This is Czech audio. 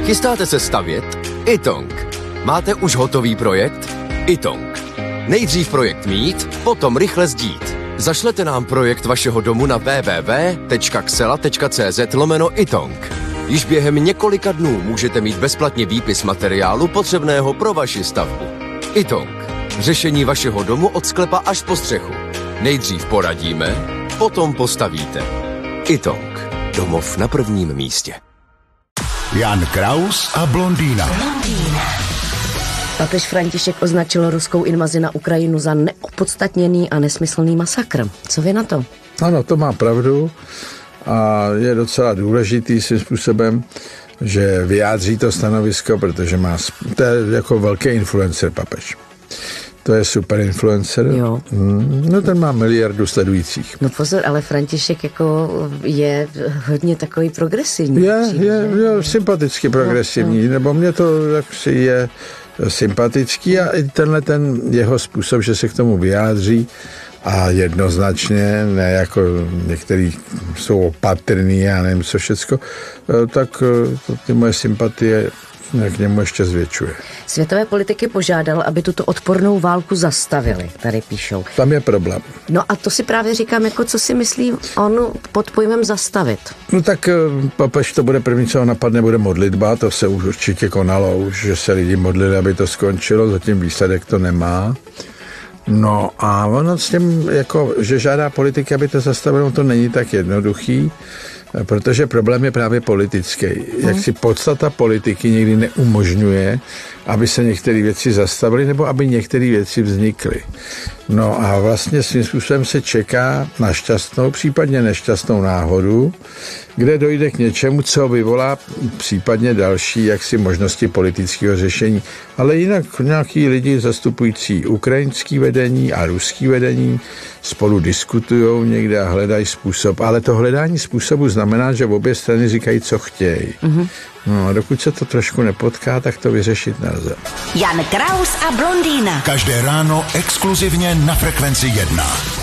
Chystáte se stavět? iTong. Máte už hotový projekt? iTong. Nejdřív projekt mít, potom rychle sdít. Zašlete nám projekt vašeho domu na www.xela.cz/iTong. Již během několika dnů můžete mít bezplatně výpis materiálu potřebného pro vaši stavbu. iTong. Řešení vašeho domu od sklepa až po střechu. Nejdřív poradíme, potom postavíte. iTong. Domov na prvním místě. Jan Kraus a blondýna. Papež František označil ruskou invazi na Ukrajinu za neopodstatněný a nesmyslný masakr. Co vy na to? Ano, to má pravdu a je docela důležitý svým způsobem, že vyjádří to stanovisko, protože to je jako velký influencer papež. To je super influencer. Jo. No ten má miliardu sledujících. No pozor, ale František jako je hodně takový progresivní. Je sympaticky progresivní, nebo mně to jaksi je sympatický a i ten jeho způsob, že se k tomu vyjádří a jednoznačně, ne jako některý jsou opatrný, já nevím co všecko, tak ty moje sympatie k němu ještě zvětšuje. Světové politiky požádal, aby tuto odpornou válku zastavili, tady píšou. Tam je problém. No a to si právě říkám, jako co si myslí on pod pojmem zastavit. No tak papež to bude první, co ho napadne, bude modlitba, to se už určitě konalo, už, že se lidi modlili, aby to skončilo, zatím výsledek to nemá. No a ono s tím, jako, že žádá politiky, aby to zastavilo, to není tak jednoduchý, protože problém je právě politický. Jak si podstata politiky někdy neumožňuje, aby se některé věci zastavily nebo aby některé věci vznikly. No a vlastně svým způsobem se čeká na šťastnou, případně nešťastnou náhodu, kde dojde k něčemu, co vyvolá případně další jaksi možnosti politického řešení. Ale jinak nějaký lidi zastupující ukrajinský vedení a ruský vedení spolu diskutujou někde a hledají způsob. Ale to hledání způsobu znamená, že obě strany říkají, co chtějí. No a dokud se to trošku nepotká, tak to vyřešit nelze. Jan Kraus a blondýna. Každé ráno exkluzivně na Frekvenci 1.